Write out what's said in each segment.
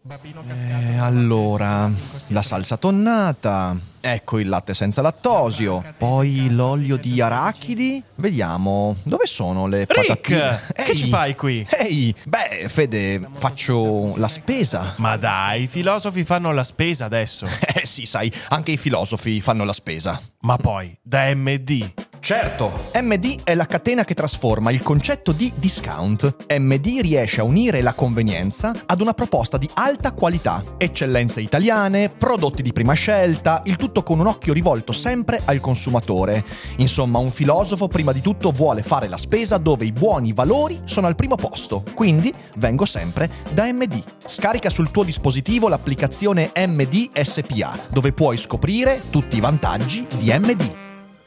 Allora, la salsa tonnata, ecco il latte senza lattosio, poi l'olio di arachidi. Vediamo, dove sono le patatine? Rick, che ci fai qui? Ehi, beh, Fede, faccio la spesa. Ma dai, i filosofi fanno la spesa adesso. Sì, sai, anche i filosofi fanno la spesa. Ma poi, da MD. Certo, MD è la catena che trasforma il concetto di discount. MD riesce a unire la convenienza ad una proposta di alta qualità, eccellenze italiane, prodotti di prima scelta, il tutto con un occhio rivolto sempre al consumatore. Insomma, un filosofo prima di tutto vuole fare la spesa dove i buoni valori sono al primo posto. Quindi vengo sempre da MD. Scarica sul tuo dispositivo l'applicazione MD SPA, dove puoi scoprire tutti i vantaggi di MD.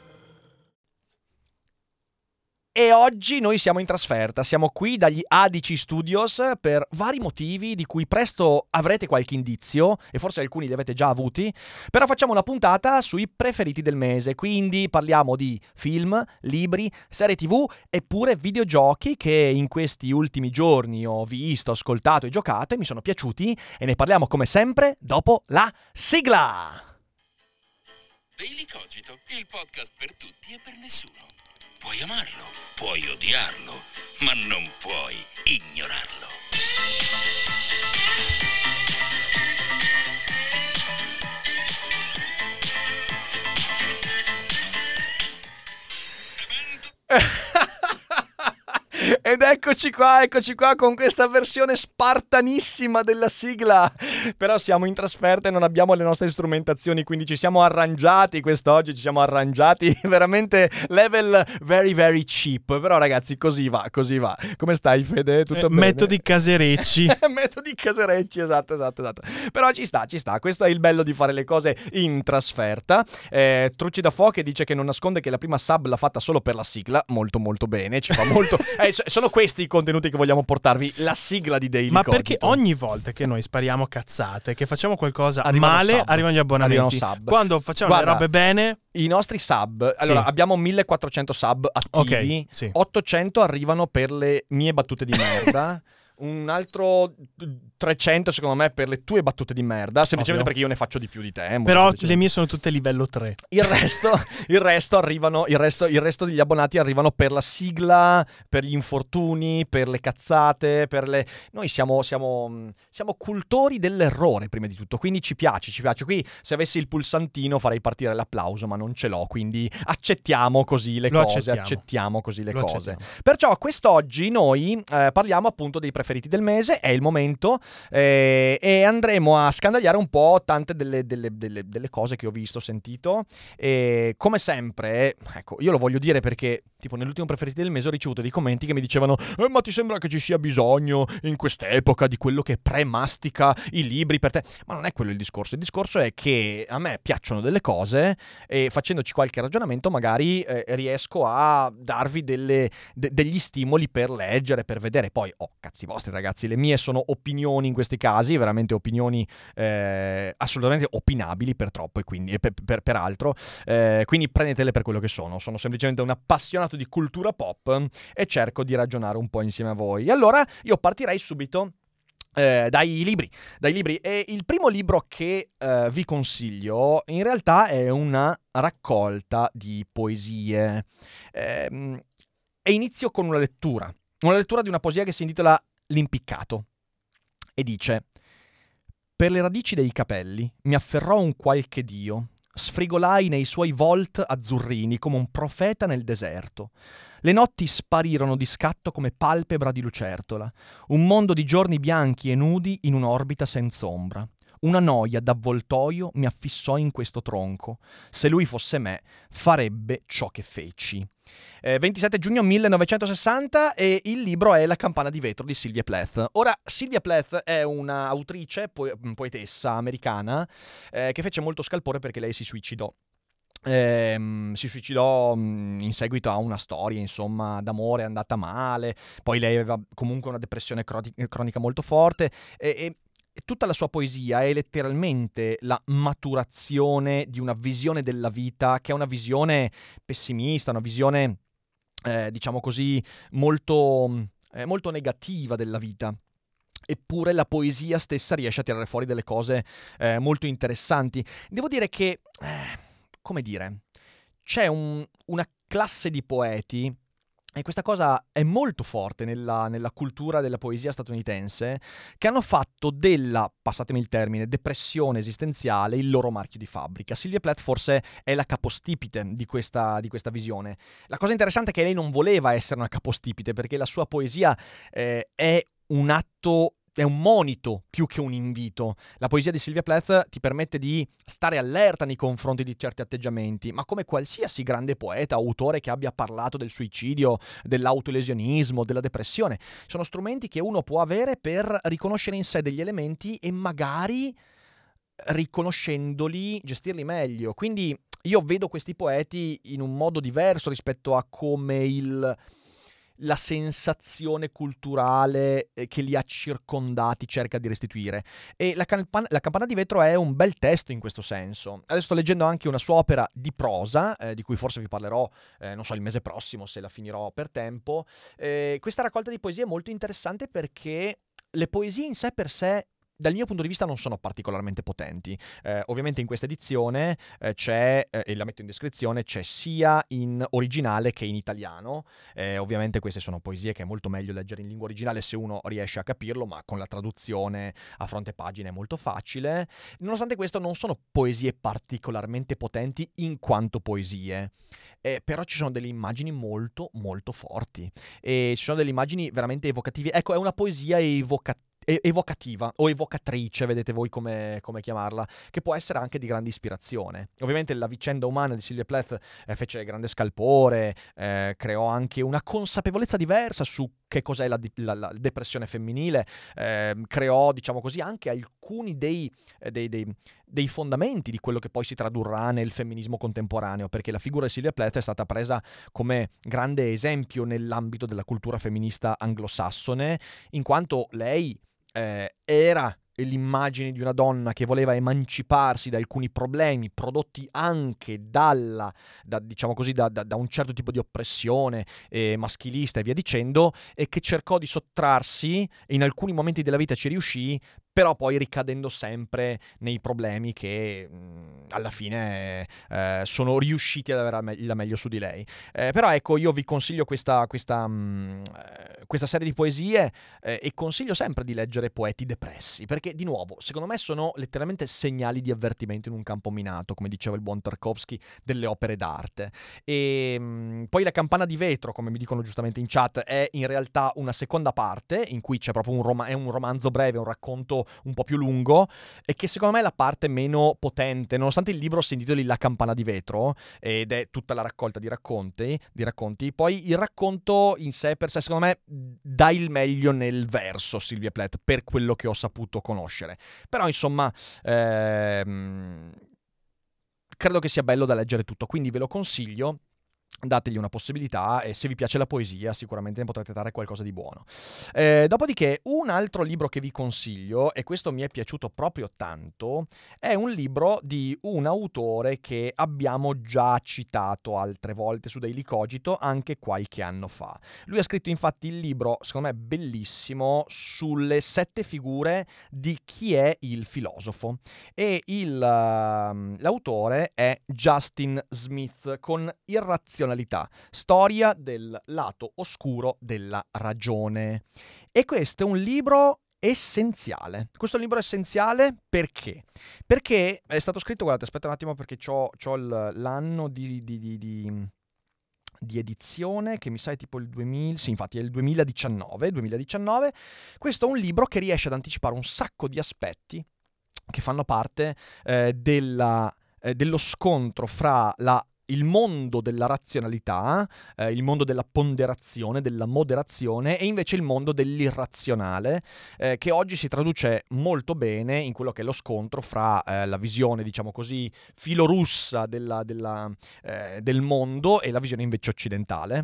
E oggi noi siamo in trasferta, siamo qui dagli Adici Studios per vari motivi di cui presto avrete qualche indizio e forse alcuni li avete già avuti, però facciamo una puntata sui preferiti del mese, quindi parliamo di film, libri, serie TV e pure videogiochi che in questi ultimi giorni ho visto, ascoltato e giocato e mi sono piaciuti e ne parliamo come sempre dopo la sigla! Daily Cogito, il podcast per tutti e per nessuno. Puoi amarlo, puoi odiarlo, ma non puoi ignorarlo. Ed eccoci qua con questa versione spartanissima della sigla. Però siamo in trasferta e non abbiamo le nostre strumentazioni, quindi ci siamo arrangiati quest'oggi, veramente level very very cheap. Però ragazzi, così va. Come stai, Fede? Tutto bene? Metodi caserecci. Metodi caserecci, esatto. Però ci sta, questo è il bello di fare le cose in trasferta. Trucci da Fo che dice che non nasconde che la prima sub l'ha fatta solo per la sigla, molto bene, ci fa molto. Sono questi i contenuti che vogliamo portarvi, la sigla di Daily Ma Cogito. perché ogni volta che noi spariamo cazzate, che facciamo qualcosa Arrivano male, sub. arrivano gli abbonamenti. Arrivano sub. Quando facciamo le robe bene, I nostri sub, allora Sì. abbiamo 1400 sub attivi, Ok, sì. 800 arrivano per le mie battute di merda, un altro 300 secondo me per le tue battute di merda, semplicemente Ovvio. perché io ne faccio di più di te. molto però semplicemente. le mie sono tutte livello 3. Il resto arrivano, il resto degli abbonati arrivano per la sigla, per gli infortuni, per le cazzate, noi siamo cultori dell'errore prima di tutto, quindi ci piace. Qui se avessi il pulsantino farei partire l'applauso, ma non ce l'ho, quindi accettiamo così le Lo cose, accettiamo. cose. Accettiamo. Perciò quest'oggi noi parliamo appunto dei preferiti del mese, è il momento, e andremo a scandagliare un po' tante delle cose che ho visto, sentito, e come sempre, ecco, io lo voglio dire perché tipo nell'ultimo preferiti del mese ho ricevuto dei commenti che mi dicevano ma ti sembra che ci sia bisogno in quest'epoca di quello che premastica i libri per te? Ma non è quello il discorso è che a me piacciono delle cose e facendoci qualche ragionamento magari riesco a darvi degli stimoli per leggere, per vedere. Poi cazzi vostri ragazzi, le mie sono opinioni in questi casi, veramente opinioni assolutamente opinabili per troppo e quindi per altro, quindi prendetele per quello che sono semplicemente un appassionato di cultura pop e cerco di ragionare un po' insieme a voi. Allora io partirei subito dai libri. E il primo libro che vi consiglio in realtà è una raccolta di poesie e inizio con una lettura di una poesia che si intitola L'impiccato e dice: per le radici dei capelli mi afferrò un qualche dio, sfrigolai nei suoi volt azzurrini come un profeta nel deserto. Le notti sparirono di scatto come palpebra di lucertola, un mondo di giorni bianchi e nudi in un'orbita senza ombra. Una noia d'avvoltoio mi affissò in questo tronco. Se lui fosse me, farebbe ciò che feci. 27 giugno 1960 e il libro è La campana di vetro di Sylvia Plath. Ora, Sylvia Plath è una autrice, poetessa americana, che fece molto scalpore perché lei si suicidò. In seguito a una storia insomma d'amore andata male, poi lei aveva comunque una depressione cronica molto forte e tutta la sua poesia è letteralmente la maturazione di una visione della vita che è una visione pessimista, una visione diciamo così molto negativa della vita. eppure la poesia stessa riesce a tirare fuori delle cose molto interessanti. Devo dire che, come dire, c'è una classe di poeti, e questa cosa è molto forte nella cultura della poesia statunitense, che hanno fatto della, passatemi il termine, depressione esistenziale il loro marchio di fabbrica. Sylvia Plath forse è la capostipite di questa visione. La cosa interessante è che lei non voleva essere una capostipite, perché la sua poesia è un atto, è un monito più che un invito. La poesia di Sylvia Plath ti permette di stare allerta nei confronti di certi atteggiamenti, ma come qualsiasi grande poeta, autore che abbia parlato del suicidio, dell'autolesionismo, della depressione, sono strumenti che uno può avere per riconoscere in sé degli elementi e magari, riconoscendoli, gestirli meglio. Quindi io vedo questi poeti in un modo diverso rispetto a come la sensazione culturale che li ha circondati cerca di restituire. E la Campana di vetro è un bel testo in questo senso. Adesso sto leggendo anche una sua opera di prosa, di cui forse vi parlerò, non so, il mese prossimo, se la finirò per tempo. Questa raccolta di poesie è molto interessante perché le poesie in sé per sé, dal mio punto di vista, non sono particolarmente potenti. Ovviamente in questa edizione c'è, e la metto in descrizione, c'è sia in originale che in italiano. Ovviamente queste sono poesie che è molto meglio leggere in lingua originale se uno riesce a capirlo, ma con la traduzione a fronte pagina è molto facile. Nonostante questo non sono poesie particolarmente potenti in quanto poesie. Però ci sono delle immagini molto molto forti e ci sono delle immagini veramente evocative. Ecco, è una poesia evocativa o evocatrice, vedete voi come chiamarla, che può essere anche di grande ispirazione. Ovviamente la vicenda umana di Sylvia Plath fece grande scalpore, creò anche una consapevolezza diversa su che cos'è la depressione femminile, creò, diciamo così, anche alcuni dei fondamenti di quello che poi si tradurrà nel femminismo contemporaneo, perché la figura di Sylvia Plath è stata presa come grande esempio nell'ambito della cultura femminista anglosassone, in quanto lei era l'immagine di una donna che voleva emanciparsi da alcuni problemi prodotti anche diciamo così, da un certo tipo di oppressione maschilista e via dicendo, e che cercò di sottrarsi, e in alcuni momenti della vita ci riuscì, però poi ricadendo sempre nei problemi che alla fine sono riusciti ad avere la meglio su di lei. Però ecco, io vi consiglio questa serie di poesie e consiglio sempre di leggere poeti depressi, perché di nuovo, secondo me sono letteralmente segnali di avvertimento in un campo minato, come diceva il buon Tarkovsky, delle opere d'arte. E poi La Campana di vetro, come mi dicono giustamente in chat, è in realtà una seconda parte in cui c'è proprio è un romanzo breve, un racconto un po' più lungo, e che secondo me è la parte meno potente, nonostante il libro si intitoli La Campana di vetro ed è tutta la raccolta di racconti. Poi il racconto in sé per sé, secondo me, dà il meglio nel verso Sylvia Plath, per quello che ho saputo conoscere. Però insomma credo che sia bello da leggere tutto, quindi ve lo consiglio. Dategli una possibilità e se vi piace la poesia sicuramente ne potrete dare qualcosa di buono. Dopodiché un altro libro che vi consiglio, e questo mi è piaciuto proprio tanto, è un libro di un autore che abbiamo già citato altre volte su Daily Cogito, anche qualche anno fa. Lui ha scritto infatti il libro, secondo me bellissimo, sulle 7 figure di chi è il filosofo, e l'autore è Justin Smith, con Irrazionalità, storia del lato oscuro della ragione. E questo è un libro essenziale. Questo è un libro essenziale perché? Perché è stato scritto, guardate, aspetta un attimo perché c'ho l'anno di edizione, che mi sa è tipo il 2000, sì, infatti è il 2019. Questo è un libro che riesce ad anticipare un sacco di aspetti che fanno parte dello scontro fra il mondo della razionalità, il mondo della ponderazione, della moderazione, e invece il mondo dell'irrazionale, che oggi si traduce molto bene in quello che è lo scontro fra la visione, diciamo così, filorussa del mondo e la visione invece occidentale.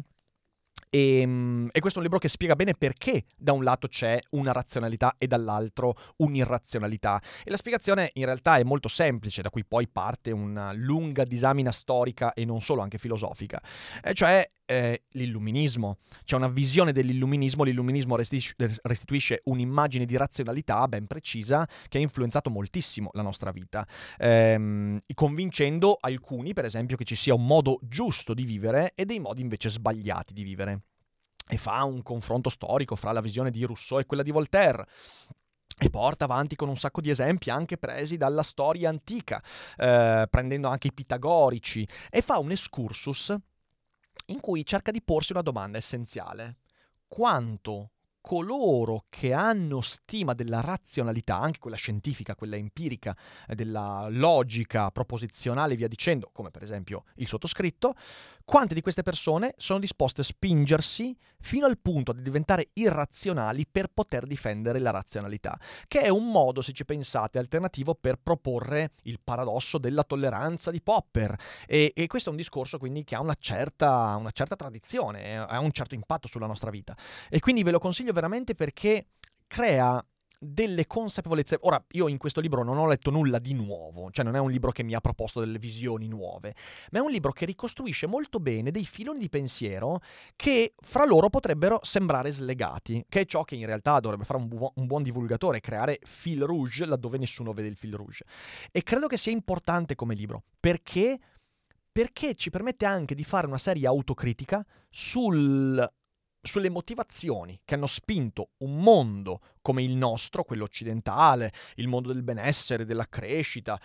E questo è un libro che spiega bene perché da un lato c'è una razionalità e dall'altro un'irrazionalità. E la spiegazione in realtà è molto semplice, da cui poi parte una lunga disamina storica e non solo, anche filosofica. Cioè l'illuminismo. C'è una visione dell'illuminismo. L'illuminismo restituisce un'immagine di razionalità ben precisa che ha influenzato moltissimo la nostra vita, convincendo alcuni, per esempio, che ci sia un modo giusto di vivere e dei modi invece sbagliati di vivere. E fa un confronto storico fra la visione di Rousseau e quella di Voltaire. E porta avanti con un sacco di esempi anche presi dalla storia antica, prendendo anche i pitagorici, e fa un excursus in cui cerca di porsi una domanda essenziale: quanto coloro che hanno stima della razionalità, anche quella scientifica, quella empirica, della logica proposizionale e via dicendo, come per esempio il sottoscritto, quante di queste persone sono disposte a spingersi fino al punto di diventare irrazionali per poter difendere la razionalità, che è un modo, se ci pensate, alternativo per proporre il paradosso della tolleranza di Popper. E questo è un discorso quindi che ha una certa tradizione, ha un certo impatto sulla nostra vita. E quindi ve lo consiglio veramente perché crea delle consapevolezze. Ora, io in questo libro non ho letto nulla di nuovo, cioè non è un libro che mi ha proposto delle visioni nuove, ma è un libro che ricostruisce molto bene dei filoni di pensiero che fra loro potrebbero sembrare slegati, che è ciò che in realtà dovrebbe fare un buon divulgatore, creare fil rouge laddove nessuno vede il fil rouge. E credo che sia importante come libro, perché ci permette anche di fare una seria autocritica sulle motivazioni che hanno spinto un mondo come il nostro, quello occidentale, il mondo del benessere, della crescita,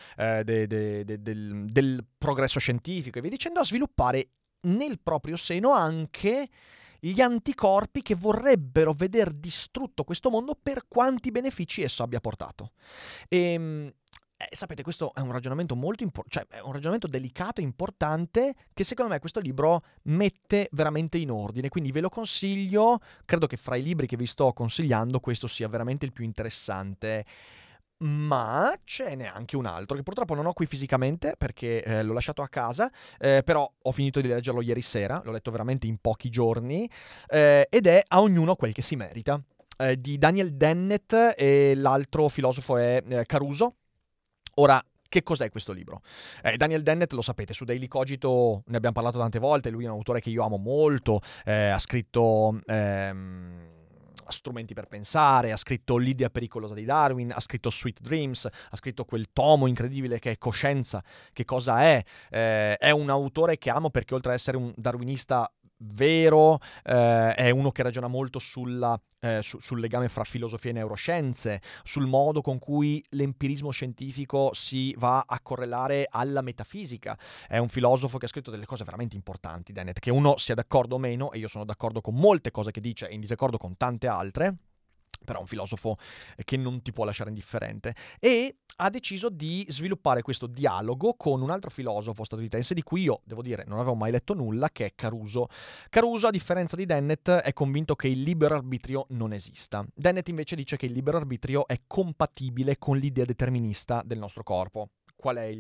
del progresso scientifico e via dicendo, a sviluppare nel proprio seno anche gli anticorpi che vorrebbero veder distrutto questo mondo per quanti benefici esso abbia portato. Sapete, questo è un ragionamento molto cioè è un ragionamento delicato e importante che secondo me questo libro mette veramente in ordine, quindi ve lo consiglio. Credo che fra i libri che vi sto consigliando questo sia veramente il più interessante. Ma ce n'è anche un altro che purtroppo non ho qui fisicamente perché l'ho lasciato a casa, però ho finito di leggerlo ieri sera, l'ho letto veramente in pochi giorni, ed è A ognuno quel che si merita, di Daniel Dennett, e l'altro filosofo è Caruso. Ora, che cos'è questo libro? Daniel Dennett, lo sapete, su Daily Cogito ne abbiamo parlato tante volte, lui è un autore che io amo molto, ha scritto Strumenti per pensare, ha scritto L'idea pericolosa di Darwin, ha scritto Sweet Dreams, ha scritto quel tomo incredibile che è Coscienza, che cosa è? È un autore che amo perché oltre ad essere un darwinista vero, è uno che ragiona molto sul legame fra filosofia e neuroscienze, sul modo con cui l'empirismo scientifico si va a correlare alla metafisica. È un filosofo che ha scritto delle cose veramente importanti, Dennett, che uno sia d'accordo o meno, e io sono d'accordo con molte cose che dice e in disaccordo con tante altre, però è un filosofo che non ti può lasciare indifferente, e ha deciso di sviluppare questo dialogo con un altro filosofo statunitense di cui io, devo dire, non avevo mai letto nulla, che è Caruso. Caruso, a differenza di Dennett, è convinto che il libero arbitrio non esista. Dennett invece dice che il libero arbitrio è compatibile con l'idea determinista del nostro corpo. Qual è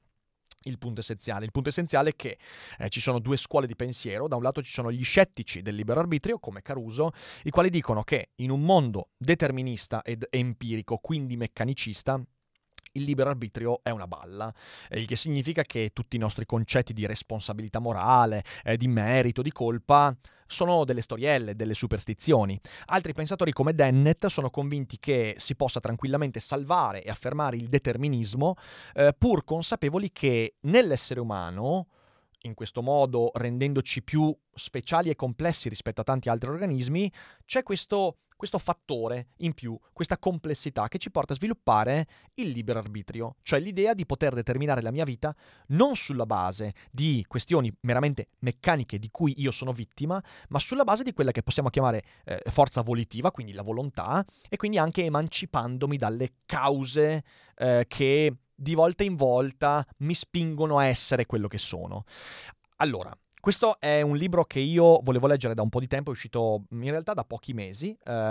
il punto essenziale? Il punto essenziale è che ci sono due scuole di pensiero. Da un lato ci sono gli scettici del libero arbitrio, come Caruso, i quali dicono che in un mondo determinista ed empirico, quindi meccanicista, il libero arbitrio è una balla, il che significa che tutti i nostri concetti di responsabilità morale, di merito, di colpa, sono delle storielle, delle superstizioni. Altri pensatori come Dennett sono convinti che si possa tranquillamente salvare e affermare il determinismo, pur consapevoli che nell'essere umano, in questo modo rendendoci più speciali e complessi rispetto a tanti altri organismi, c'è questo fattore in più, questa complessità che ci porta a sviluppare il libero arbitrio, cioè l'idea di poter determinare la mia vita non sulla base di questioni meramente meccaniche di cui io sono vittima, ma sulla base di quella che possiamo chiamare forza volitiva, quindi la volontà, e quindi anche emancipandomi dalle cause che di volta in volta mi spingono a essere quello che sono. Allora, questo è un libro che io volevo leggere da un po' di tempo, è uscito in realtà da pochi mesi.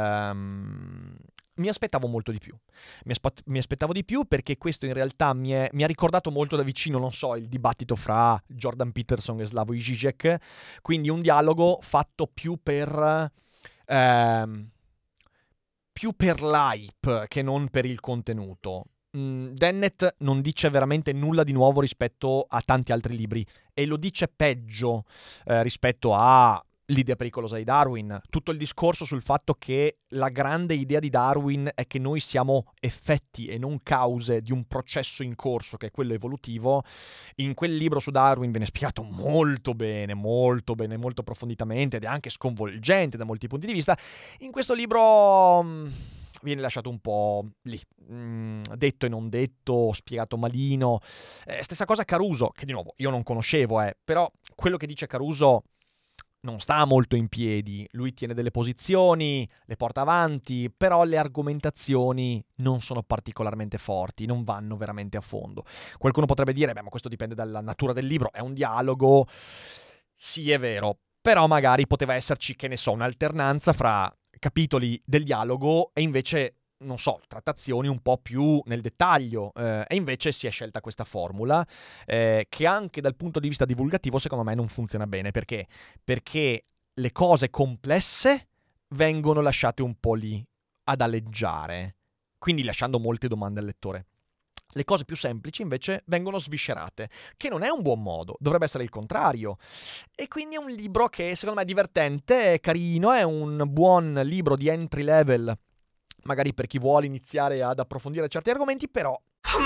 Mi aspettavo molto di più. Mi aspettavo di più perché questo in realtà mi ha ricordato molto da vicino, non so, il dibattito fra Jordan Peterson e Slavoj Žižek, quindi un dialogo fatto più per l'hype che non per il contenuto. Dennett non dice veramente nulla di nuovo rispetto a tanti altri libri, e lo dice peggio rispetto a L'idea pericolosa di Darwin. Tutto il discorso sul fatto che la grande idea di Darwin è che noi siamo effetti e non cause di un processo in corso, che è quello evolutivo. In quel libro su Darwin viene spiegato molto bene, molto approfonditamente, ed è anche sconvolgente da molti punti di vista. In questo libro viene lasciato un po' lì, detto e non detto, spiegato malino. Stessa cosa Caruso, che di nuovo io non conoscevo, però quello che dice Caruso non sta molto in piedi. Lui tiene delle posizioni, le porta avanti, però le argomentazioni non sono particolarmente forti, non vanno veramente a fondo. Qualcuno potrebbe dire, ma questo dipende dalla natura del libro, è un dialogo. Sì, è vero, però magari poteva esserci, che ne so, un'alternanza fra capitoli del dialogo e invece, non so, trattazioni un po' più nel dettaglio, e invece si è scelta questa formula, che anche dal punto di vista divulgativo secondo me non funziona bene. Perché le cose complesse vengono lasciate un po' lì ad aleggiare, quindi lasciando molte domande al lettore. Le cose più semplici invece vengono sviscerate, che non è un buon modo, dovrebbe essere il contrario. E quindi è un libro che secondo me è divertente, è carino, è un buon libro di entry level, magari per chi vuole iniziare ad approfondire certi argomenti, però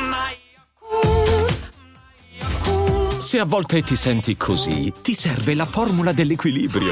se a volte ti senti così, ti serve la formula dell'equilibrio.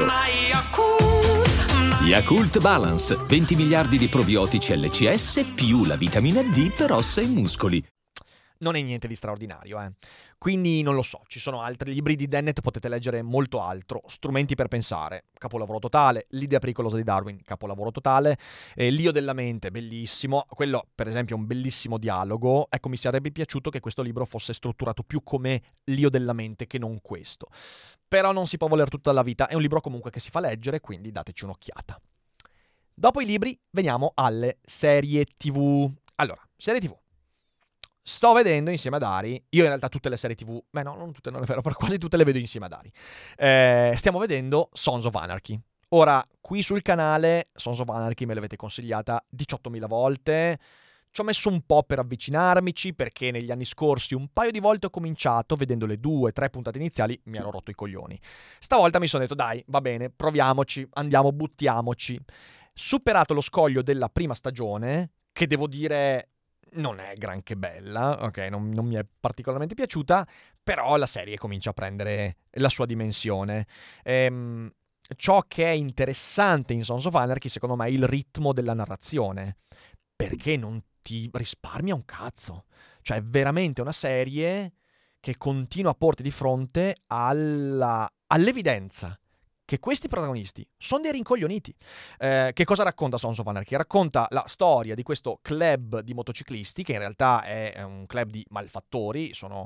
Yakult Balance, 20 miliardi di probiotici LCS più la vitamina D per ossa e muscoli. non è niente di straordinario, Quindi non lo so, ci sono altri libri di Dennett, potete leggere molto altro. Strumenti per pensare, capolavoro totale. L'idea pericolosa di Darwin, capolavoro totale. L'io della mente, bellissimo. Quello, per esempio, è un bellissimo dialogo. Ecco, mi sarebbe piaciuto che questo libro fosse strutturato più come l'io della mente che non questo. Però non si può voler tutta la vita. È un libro comunque che si fa leggere, quindi dateci un'occhiata. Dopo i libri, veniamo alle serie TV. Allora, serie TV. Sto vedendo insieme a Dari, io in realtà tutte le serie TV, non tutte, non è vero, però quasi tutte le vedo insieme a Dari. Stiamo vedendo Sons of Anarchy. Ora, qui sul canale, Sons of Anarchy me l'avete consigliata 18.000 volte. Ci ho messo un po' per avvicinarmici, perché negli anni scorsi un paio di volte ho cominciato, vedendo le 2-3 puntate iniziali, mi ero rotto i coglioni. Stavolta mi sono detto, dai, va bene, proviamoci, andiamo, buttiamoci. Superato lo scoglio della prima stagione, che devo dire non è granché bella, ok, non mi è particolarmente piaciuta, però la serie comincia a prendere la sua dimensione. Ciò che è interessante in Sons of Anarchy, secondo me, è il ritmo della narrazione, perché non ti risparmia un cazzo. Cioè, è veramente una serie che continua a porti di fronte all'evidenza che questi protagonisti sono dei rincoglioniti. Che cosa racconta Sons of Anarchy? Racconta la storia di questo club di motociclisti, che in realtà è un club di malfattori, sono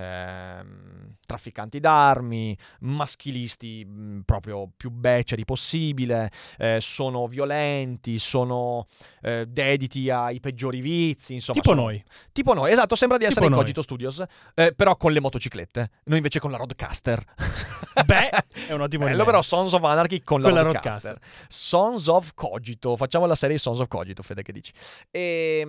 trafficanti d'armi, maschilisti proprio più beceri possibile, sono violenti, sono dediti ai peggiori vizi, insomma. Tipo noi, esatto, sembra di essere in Cogito Studios, però con le motociclette, noi invece con la Roadcaster. Beh, è un ottimo bello, però Sons of Anarchy con la Roadcaster. Sons of Cogito, facciamo la serie Sons of Cogito, Fede, che dici? E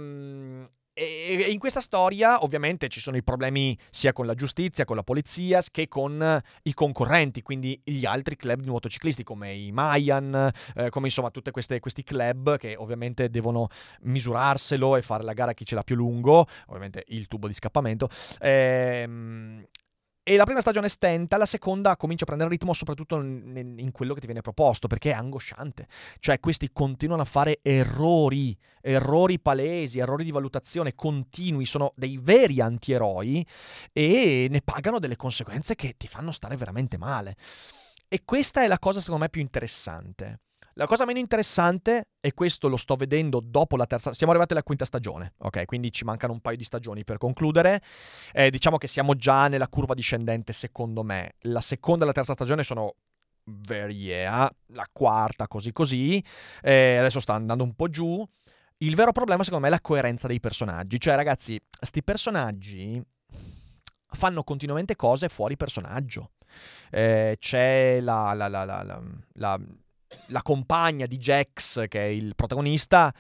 in questa storia ovviamente ci sono i problemi sia con la giustizia, con la polizia, che con i concorrenti, quindi gli altri club di motociclisti come i Mayan, come insomma tutti questi club che ovviamente devono misurarselo e fare la gara a chi ce l'ha più lungo, ovviamente il tubo di scappamento. E la prima stagione stenta, la seconda comincia a prendere ritmo soprattutto in quello che ti viene proposto, perché è angosciante. Cioè, questi continuano a fare errori palesi, errori di valutazione continui, sono dei veri antieroi e ne pagano delle conseguenze che ti fanno stare veramente male. E questa è la cosa secondo me più interessante. La cosa meno interessante, e questo lo sto vedendo dopo la terza, siamo arrivati alla quinta stagione, ok? Quindi ci mancano un paio di stagioni per concludere. Diciamo che siamo già nella curva discendente, secondo me. La seconda e la terza stagione sono la quarta così. Adesso sta andando un po' giù. Il vero problema, secondo me, è la coerenza dei personaggi. Cioè, ragazzi, sti personaggi fanno continuamente cose fuori personaggio. C'è la compagna di Jax, che è il protagonista,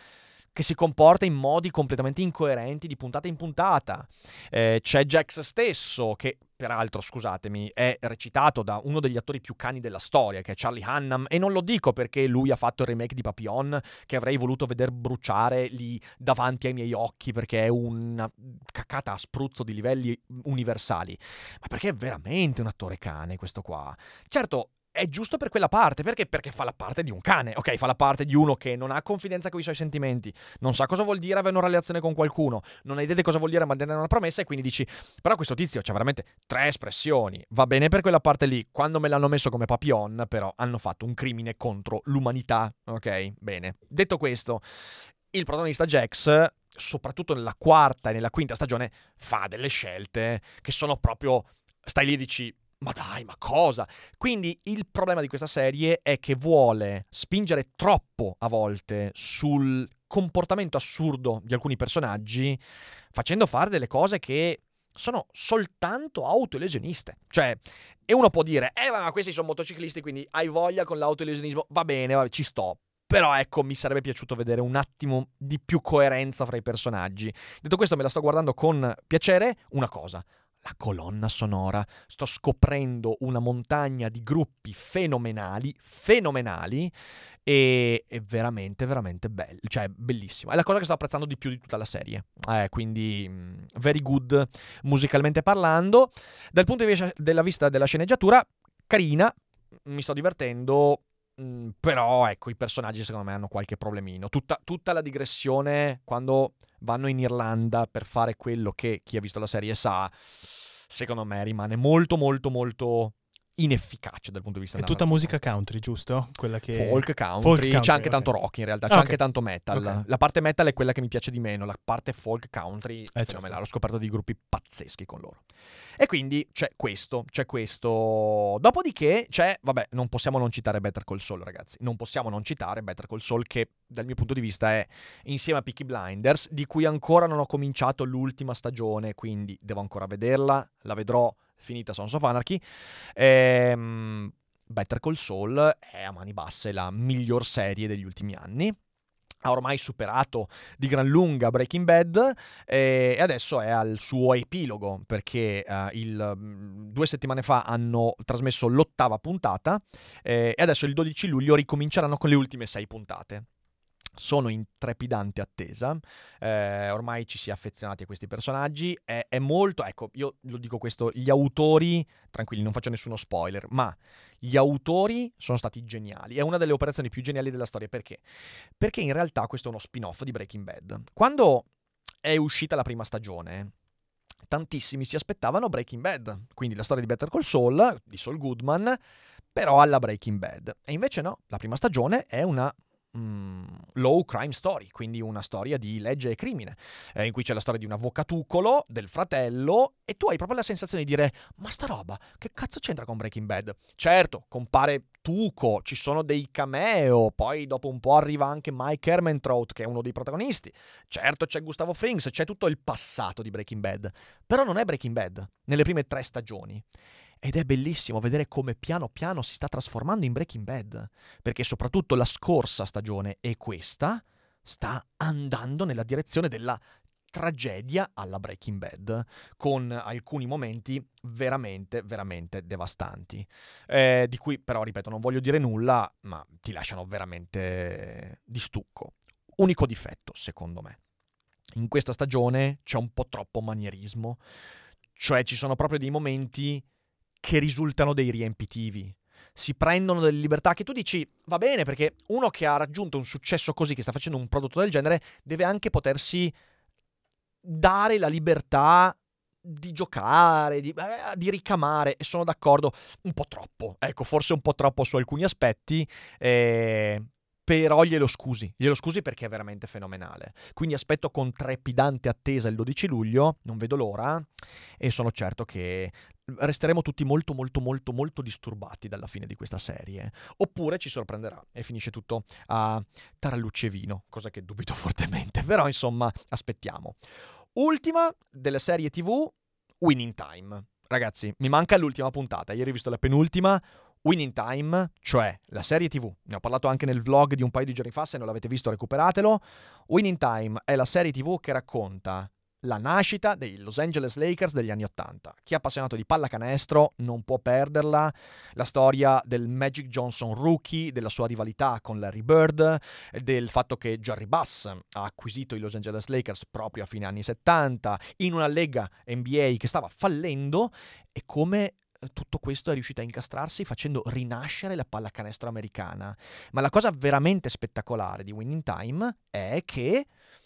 che si comporta in modi completamente incoerenti di puntata in puntata. C'è Jax stesso, che peraltro, scusatemi, è recitato da uno degli attori più cani della storia, che è Charlie Hunnam, e non lo dico perché lui ha fatto il remake di Papillon, che avrei voluto veder bruciare lì davanti ai miei occhi, perché è una cacata a spruzzo di livelli universali, ma perché è veramente un attore cane questo qua. Certo, è giusto per quella parte, perché fa la parte di un cane, ok? Fa la parte di uno che non ha confidenza con i suoi sentimenti, non sa cosa vuol dire avere una relazione con qualcuno, non ha idea di cosa vuol dire mantenere una promessa, e quindi dici, però questo tizio c'ha veramente 3 espressioni, va bene per quella parte lì. Quando me l'hanno messo come Papillon, però hanno fatto un crimine contro l'umanità, ok? Bene. Detto questo, il protagonista Jax, soprattutto nella 4ª e nella 5ª stagione, fa delle scelte che sono proprio, stai lì e dici, ma dai, ma cosa? Quindi il problema di questa serie è che vuole spingere troppo a volte sul comportamento assurdo di alcuni personaggi, facendo fare delle cose che sono soltanto autolesioniste. Cioè, e uno può dire, ma questi sono motociclisti, quindi hai voglia con l'autolesionismo, va bene, ci sto. Però ecco, mi sarebbe piaciuto vedere un attimo di più coerenza fra i personaggi. Detto questo, me la sto guardando con piacere. Una cosa, la colonna sonora. Sto scoprendo una montagna di gruppi fenomenali, e veramente, veramente bello. Cioè, bellissimo. È la cosa che sto apprezzando di più di tutta la serie. Quindi, very good musicalmente parlando. Dal punto della vista della sceneggiatura, carina, mi sto divertendo. Però ecco, i personaggi secondo me hanno qualche problemino. Tutta la digressione quando vanno in Irlanda per fare quello che chi ha visto la serie sa, secondo me rimane molto molto molto inefficace dal punto di vista È tutta narrativo. musica country, giusto? Quella che... Folk country, c'è anche ok. tanto rock in realtà, c'è anche tanto metal. Ok. La parte metal è quella che mi piace di meno, la parte folk country fenomenale. Certo. Ho scoperto dei gruppi pazzeschi con loro. E quindi c'è questo. Dopodiché c'è, vabbè, non possiamo non citare Better Call Saul, ragazzi. Non possiamo non citare Better Call Saul, che dal mio punto di vista è, insieme a Peaky Blinders, di cui ancora non ho cominciato l'ultima stagione, quindi devo ancora vederla, la vedrò finita Sons of Anarchy. Better Call Saul è a mani basse la miglior serie degli ultimi anni. Ha ormai superato di gran lunga Breaking Bad, e adesso è al suo epilogo, perché 2 settimane fa hanno trasmesso l'8ª puntata, e adesso il 12 luglio ricominceranno con le ultime 6 puntate. Sono in trepidante attesa, ormai ci si è affezionati a questi personaggi, è molto, ecco, io lo dico questo, gli autori, tranquilli, non faccio nessuno spoiler, ma gli autori sono stati geniali, è una delle operazioni più geniali della storia. Perché? Perché in realtà questo è uno spin-off di Breaking Bad. Quando è uscita la prima stagione, tantissimi si aspettavano Breaking Bad, quindi la storia di Better Call Saul, di Saul Goodman, però alla Breaking Bad. E invece no, la prima stagione è una low crime story, quindi una storia di legge e crimine, in cui c'è la storia di un avvocatucolo, del fratello, e tu hai proprio la sensazione di dire, ma sta roba, che cazzo c'entra con Breaking Bad? Certo, compare Tuco, ci sono dei cameo, poi dopo un po' arriva anche Mike Ehrmantraut, che è uno dei protagonisti, certo c'è Gustavo Frings, c'è tutto il passato di Breaking Bad, però non è Breaking Bad nelle prime 3 stagioni. Ed è bellissimo vedere come piano piano si sta trasformando in Breaking Bad, perché soprattutto la scorsa stagione e questa sta andando nella direzione della tragedia alla Breaking Bad, con alcuni momenti veramente, veramente devastanti, di cui però, ripeto, non voglio dire nulla, ma ti lasciano veramente di stucco. Unico difetto, secondo me. In questa stagione c'è un po' troppo manierismo, cioè ci sono proprio dei momenti che risultano dei riempitivi. Si prendono delle libertà che tu dici, va bene, perché uno che ha raggiunto un successo così, che sta facendo un prodotto del genere, deve anche potersi dare la libertà di giocare, di ricamare, e sono d'accordo, un po' troppo, ecco, forse un po' troppo su alcuni aspetti, però glielo scusi perché è veramente fenomenale. Quindi aspetto con trepidante attesa il 12 luglio, non vedo l'ora, e sono certo che resteremo tutti molto molto molto molto disturbati dalla fine di questa serie, oppure ci sorprenderà e finisce tutto a tarallucce e vino, cosa che dubito fortemente, però insomma aspettiamo. Ultima delle serie TV, Winning Time. Ragazzi, mi manca l'ultima puntata, ieri ho visto la penultima. Winning Time, cioè la serie TV, ne ho parlato anche nel vlog di un paio di giorni fa, se non l'avete visto recuperatelo. Winning Time è la serie TV che racconta la nascita dei Los Angeles Lakers degli anni 80. Chi è appassionato di pallacanestro non può perderla. La storia del Magic Johnson rookie, della sua rivalità con Larry Bird, del fatto che Jerry Buss ha acquisito i Los Angeles Lakers proprio a fine anni 70 in una lega NBA che stava fallendo, e come tutto questo è riuscito a incastrarsi facendo rinascere la pallacanestro americana. Ma la cosa veramente spettacolare di Winning Time è che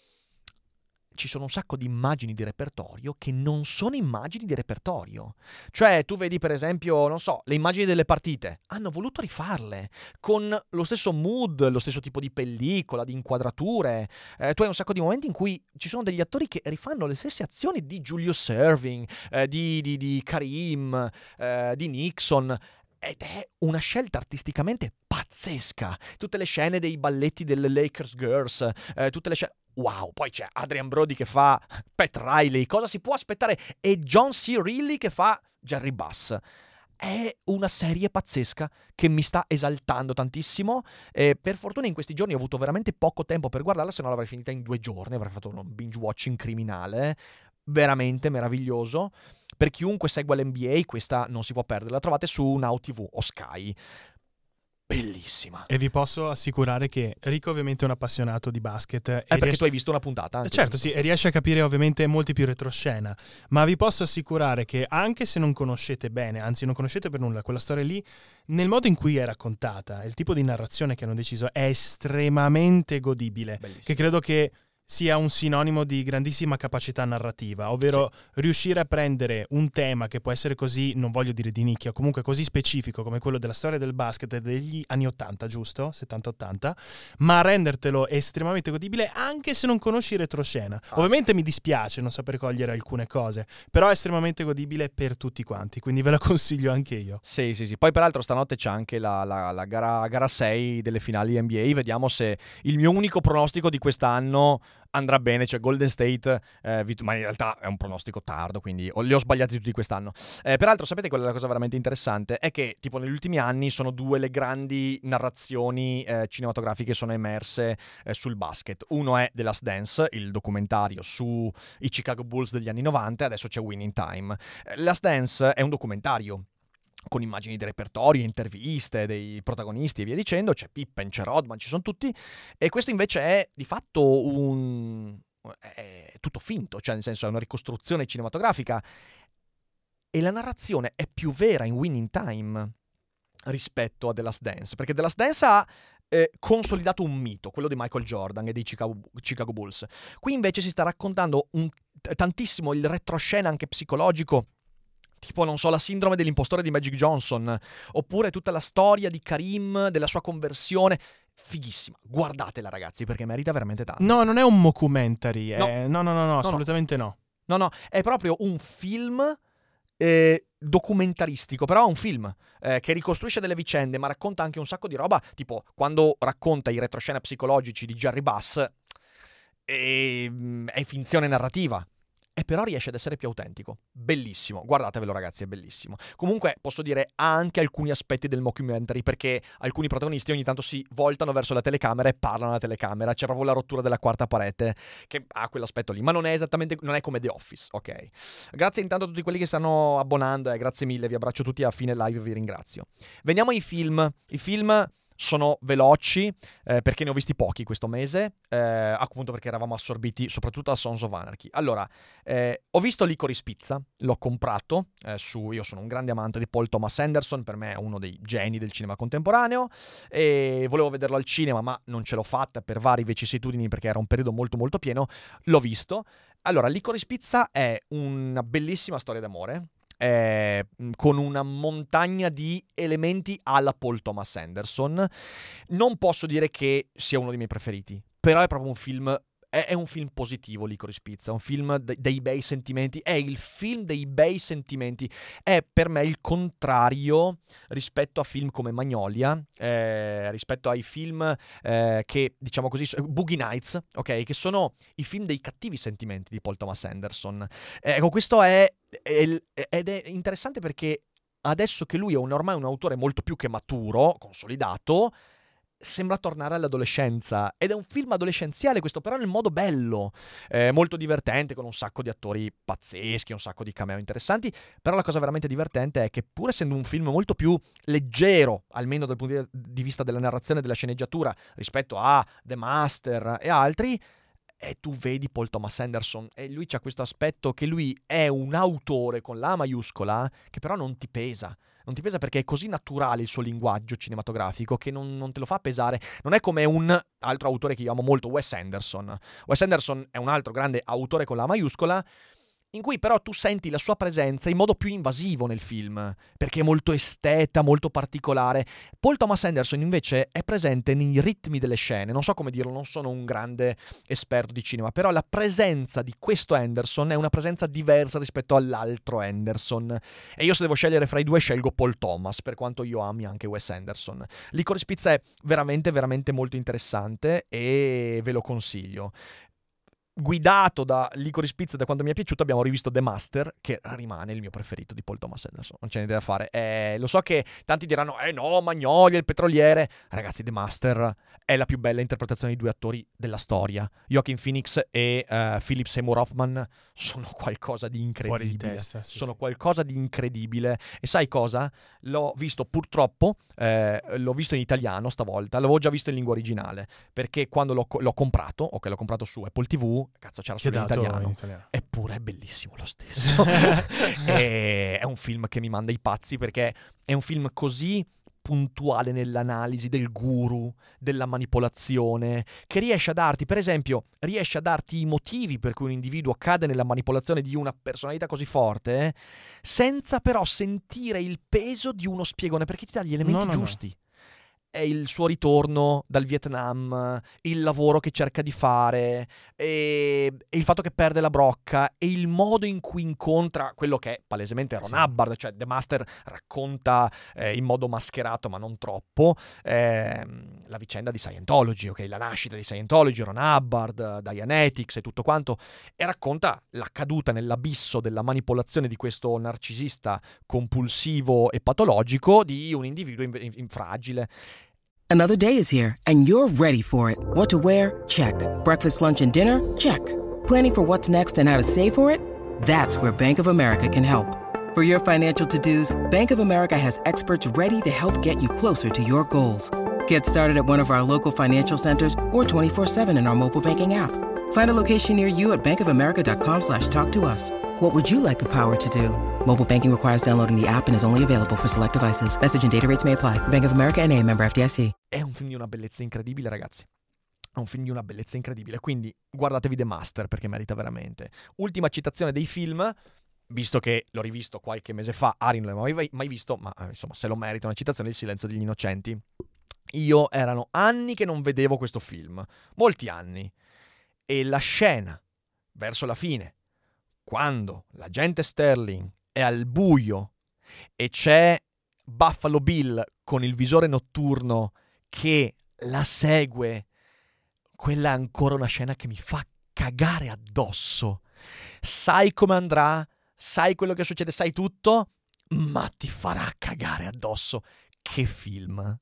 ci sono un sacco di immagini di repertorio che non sono immagini di repertorio. Cioè, tu vedi per esempio, non so, le immagini delle partite. Hanno voluto rifarle con lo stesso mood, lo stesso tipo di pellicola, di inquadrature. Tu hai un sacco di momenti in cui ci sono degli attori che rifanno le stesse azioni di Julius Erving, di Kareem, di Nixon. Ed è una scelta artisticamente pazzesca. Tutte le scene dei balletti delle Lakers Girls, tutte le scene... Wow, poi c'è Adrian Brody che fa Pat Riley, cosa si può aspettare? E John C. Reilly che fa Jerry Buss. È una serie pazzesca che mi sta esaltando tantissimo. Per fortuna in questi giorni ho avuto veramente poco tempo per guardarla, se no l'avrei finita in 2 giorni, avrei fatto un binge watching criminale. Veramente meraviglioso. Per chiunque segua l'NBA questa non si può perdere, la trovate su Now TV o Sky. Bellissima. E vi posso assicurare che Rico ovviamente è un appassionato di basket. Perché tu hai visto una puntata anche. Certo, sì, e riesce a capire ovviamente molti più retroscena. Ma vi posso assicurare che anche se non conoscete bene, anzi non conoscete per nulla quella storia lì, nel modo in cui è raccontata, il tipo di narrazione che hanno deciso è estremamente godibile. Bellissimo. Che credo che sia un sinonimo di grandissima capacità narrativa, ovvero riuscire a prendere un tema che può essere così, non voglio dire di nicchia, comunque così specifico come quello della storia del basket degli anni 80, giusto? 70-80, ma rendertelo estremamente godibile anche se non conosci retroscena. Ovviamente mi dispiace non saper cogliere alcune cose, però è estremamente godibile per tutti quanti, quindi ve la consiglio anche io. Sì. Poi peraltro stanotte c'è anche la gara 6 delle finali NBA, vediamo se il mio unico pronostico di quest'anno andrà bene, cioè Golden State, ma in realtà è un pronostico tardo, quindi li ho sbagliati tutti quest'anno. Peraltro sapete qual è la cosa veramente interessante? È che tipo negli ultimi anni sono 2 le grandi narrazioni cinematografiche che sono emerse sul basket. Uno è The Last Dance, il documentario sui Chicago Bulls degli anni 90, e adesso c'è Winning Time. Last Dance è un documentario con immagini di repertorio, interviste dei protagonisti e via dicendo, c'è Pippen, c'è Rodman, ci sono tutti, e questo invece è di fatto è tutto finto, cioè nel senso è una ricostruzione cinematografica, e la narrazione è più vera in Winning Time rispetto a The Last Dance, perché The Last Dance ha consolidato un mito, quello di Michael Jordan e dei Chicago Bulls. Qui invece si sta raccontando tantissimo il retroscena anche psicologico, tipo, non so, la sindrome dell'impostore di Magic Johnson, oppure tutta la storia di Kareem, della sua conversione. Fighissima, guardatela ragazzi, perché merita veramente tanto. No, non è un mockumentary, No, assolutamente no. No, è proprio un film documentaristico, però è un film che ricostruisce delle vicende, ma racconta anche un sacco di roba, tipo quando racconta i retroscena psicologici di Jerry Buss, è finzione narrativa. E però riesce ad essere più autentico. Bellissimo, guardatevelo ragazzi, è bellissimo. Comunque posso dire ha anche alcuni aspetti del mockumentary, perché alcuni protagonisti ogni tanto si voltano verso la telecamera e parlano alla telecamera. C'è proprio la rottura della quarta parete che ha quell'aspetto lì, ma non è come The Office, ok? Grazie intanto a tutti quelli che stanno abbonando, grazie mille, vi abbraccio tutti a fine live, vi ringrazio. Veniamo ai film. I film sono veloci perché ne ho visti pochi questo mese, appunto perché eravamo assorbiti soprattutto da Sons of Anarchy. Allora, ho visto Licorice Pizza, l'ho comprato, io sono un grande amante di Paul Thomas Anderson, per me è uno dei geni del cinema contemporaneo, e volevo vederlo al cinema ma non ce l'ho fatta per varie vicissitudini, perché era un periodo molto molto pieno. L'ho visto. Allora, Licorice Pizza è una bellissima storia d'amore, con una montagna di elementi alla Paul Thomas Anderson. Non posso dire che sia uno dei miei preferiti, però è proprio un film, è un film positivo. Licorice Pizza è un film dei bei sentimenti, è il film dei bei sentimenti, è per me il contrario rispetto a film come Magnolia, rispetto ai film che, diciamo così, Boogie Nights, ok, che sono i film dei cattivi sentimenti di Paul Thomas Anderson. Ecco, questo ed è interessante perché adesso che lui è ormai un autore molto più che maturo, consolidato, sembra tornare all'adolescenza, ed è un film adolescenziale questo, però nel modo bello, molto divertente, con un sacco di attori pazzeschi, un sacco di cameo interessanti. Però la cosa veramente divertente è che, pur essendo un film molto più leggero, almeno dal punto di vista della narrazione e della sceneggiatura, rispetto a The Master e altri, e tu vedi Paul Thomas Anderson e lui c'ha questo aspetto che lui è un autore con la maiuscola, che però non ti pesa. Non ti pesa perché è così naturale il suo linguaggio cinematografico che non te lo fa pesare. Non è come un altro autore che io amo molto, Wes Anderson. Wes Anderson è un altro grande autore con la maiuscola, in cui però tu senti la sua presenza in modo più invasivo nel film, perché è molto esteta, molto particolare. Paul Thomas Anderson invece è presente nei ritmi delle scene, non so come dirlo, non sono un grande esperto di cinema, però la presenza di questo Anderson è una presenza diversa rispetto all'altro Anderson, e io se devo scegliere fra i due scelgo Paul Thomas, per quanto io ami anche Wes Anderson. Licorice Pizza è veramente, veramente molto interessante e ve lo consiglio. Guidato da Licorice Pizza, da quanto mi è piaciuto, abbiamo rivisto The Master, che rimane il mio preferito di Paul Thomas Anderson, non c'è niente da fare. Lo so che tanti diranno no, Magnolia, il petroliere. Ragazzi, The Master è la più bella interpretazione di due attori della storia. Joaquin Phoenix e Philip Seymour Hoffman sono qualcosa di incredibile. Fuori di testa, sono qualcosa di incredibile. E sai cosa? L'ho visto, purtroppo l'ho visto in italiano stavolta, l'avevo già visto in lingua originale, perché quando l'ho comprato su Apple TV, cazzo, c'era solo in italiano. Eppure è bellissimo lo stesso. È un film che mi manda i pazzi, perché è un film così puntuale nell'analisi del guru, della manipolazione, che riesce a darti, per esempio, i motivi per cui un individuo cade nella manipolazione di una personalità così forte, senza però sentire il peso di uno spiegone, perché ti dà gli elementi giusti. È il suo ritorno dal Vietnam, il lavoro che cerca di fare, e il fatto che perde la brocca, e il modo in cui incontra quello che è palesemente Ron Hubbard. Cioè The Master racconta in modo mascherato, ma non troppo, la vicenda di Scientology, ok? La nascita di Scientology, Ron Hubbard, Dianetics e tutto quanto, e racconta la caduta nell'abisso della manipolazione di questo narcisista compulsivo e patologico, di un individuo fragile. Another day is here, and you're ready for it. What to wear? Check. Breakfast, lunch, and dinner? Check. Planning for what's next and how to save for it? That's where Bank of America can help. For your financial to-dos, Bank of America has experts ready to help get you closer to your goals. Get started at one of our local financial centers or 24/7 in our mobile banking app. Find a location near you at bankofamerica.com/talktous. What would you like the power to do? Mobile banking requires downloading the app and is only available for select devices. Message and data rates may apply. Bank of America N.A., member FDIC. È un film di una bellezza incredibile, ragazzi. È un film di una bellezza incredibile. Quindi guardatevi The Master, perché merita veramente. Ultima citazione dei film, visto che l'ho rivisto qualche mese fa, Ari non l'aveva mai visto, ma insomma, se lo merita una citazione, Il silenzio degli innocenti. Io erano anni che non vedevo questo film, molti anni, e la scena verso la fine, quando l'agente Sterling è al buio e c'è Buffalo Bill con il visore notturno che la segue, quella è ancora una scena che mi fa cagare addosso. Sai come andrà, sai quello che succede, sai tutto, ma ti farà cagare addosso. Che film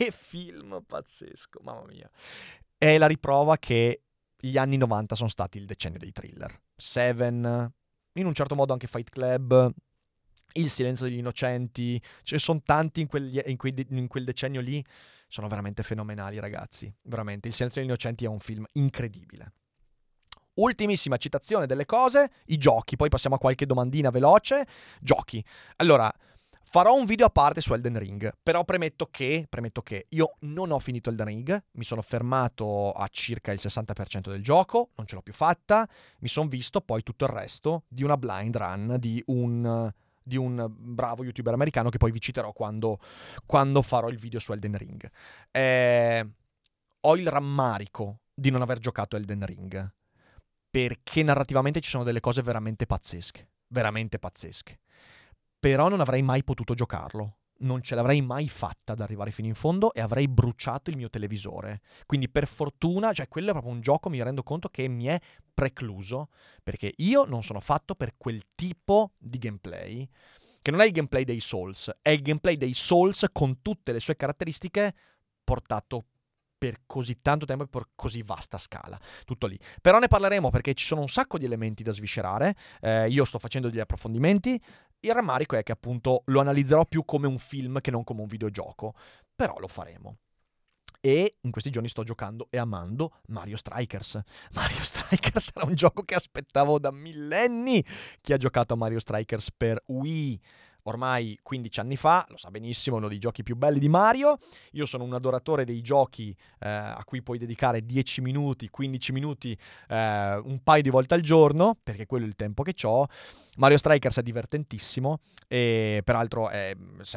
pazzesco, mamma mia. È la riprova che gli anni 90 sono stati il decennio dei thriller. Seven, in un certo modo anche Fight Club, Il silenzio degli innocenti, ce ne sono tanti in quel decennio lì, sono veramente fenomenali, ragazzi, veramente. Il silenzio degli innocenti è un film incredibile. Ultimissima citazione delle cose, i giochi, poi passiamo a qualche domandina veloce. Giochi. Allora, farò un video a parte su Elden Ring, però premetto che io non ho finito Elden Ring, mi sono fermato a circa il 60% del gioco, non ce l'ho più fatta, mi sono visto poi tutto il resto di una blind run di un bravo youtuber americano che poi vi citerò quando farò il video su Elden Ring. Ho il rammarico di non aver giocato Elden Ring, perché narrativamente ci sono delle cose veramente pazzesche, però non avrei mai potuto giocarlo, non ce l'avrei mai fatta ad arrivare fino in fondo e avrei bruciato il mio televisore. Quindi per fortuna, cioè quello è proprio un gioco, mi rendo conto che mi è precluso, perché io non sono fatto per quel tipo di gameplay, che non è il gameplay dei Souls, è il gameplay dei Souls con tutte le sue caratteristiche portato per così tanto tempo e per così vasta scala. Tutto lì. Però ne parleremo perché ci sono un sacco di elementi da sviscerare. Io sto facendo degli approfondimenti. Il rammarico è che appunto lo analizzerò più come un film che non come un videogioco. Però lo faremo. E in questi giorni sto giocando e amando Mario Strikers. Mario Strikers era un gioco che aspettavo da millenni. Chi ha giocato a Mario Strikers per Wii ormai 15 anni fa, lo sa benissimo, è uno dei giochi più belli di Mario. Io sono un adoratore dei giochi a cui puoi dedicare 10 minuti, 15 minuti, un paio di volte al giorno, perché quello è il tempo che ho. Mario Strikers è divertentissimo e peraltro è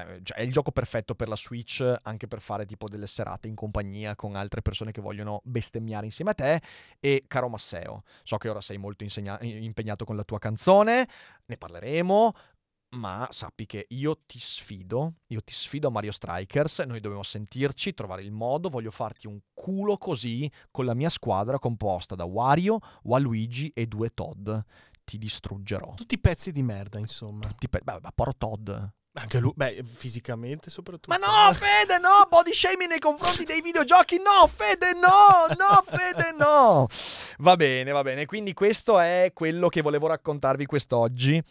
il gioco perfetto per la Switch, anche per fare tipo delle serate in compagnia con altre persone che vogliono bestemmiare insieme a te. E caro Masseo, so che ora sei molto impegnato con la tua canzone, ne parleremo. Ma sappi che io ti sfido a Mario Strikers, noi dobbiamo sentirci, trovare il modo, voglio farti un culo così con la mia squadra composta da Wario, Waluigi e 2 Todd. Ti distruggerò. Tutti pezzi di merda, insomma. Poro Todd. Anche lui, fisicamente soprattutto. Ma no, Fede, no! Body shaming nei confronti dei videogiochi, no! Fede, no! No, Fede, no! Va bene. Quindi questo è quello che volevo raccontarvi quest'oggi.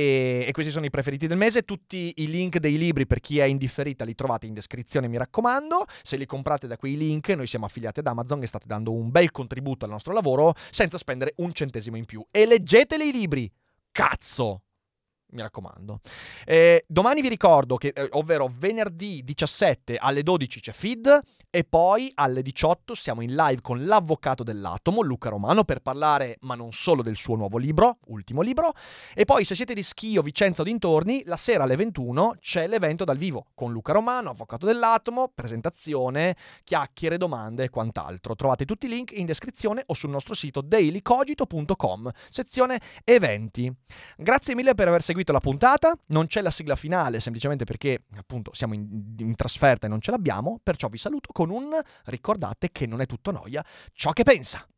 E questi sono i preferiti del mese. Tutti i link dei libri, per chi è indifferita, li trovate in descrizione, mi raccomando. Se li comprate da quei link, noi siamo affiliati ad Amazon e state dando un bel contributo al nostro lavoro senza spendere un centesimo in più. E leggeteli i libri! Cazzo! Mi raccomando. Domani vi ricordo che, ovvero venerdì 17 alle 12 c'è feed e poi alle 18 siamo in live con l'avvocato dell'atomo, Luca Romano, per parlare, ma non solo, del suo nuovo libro, ultimo libro. E poi se siete di Schio, Vicenza o dintorni, la sera alle 21 c'è l'evento dal vivo con Luca Romano, avvocato dell'atomo, presentazione, chiacchiere, domande e quant'altro. Trovate tutti i link in descrizione o sul nostro sito dailycogito.com, sezione eventi. Grazie mille per aver seguito la puntata. Non c'è la sigla finale semplicemente perché appunto siamo in trasferta e non ce l'abbiamo, perciò vi saluto con un ricordate che non è tutto noia ciò che pensa.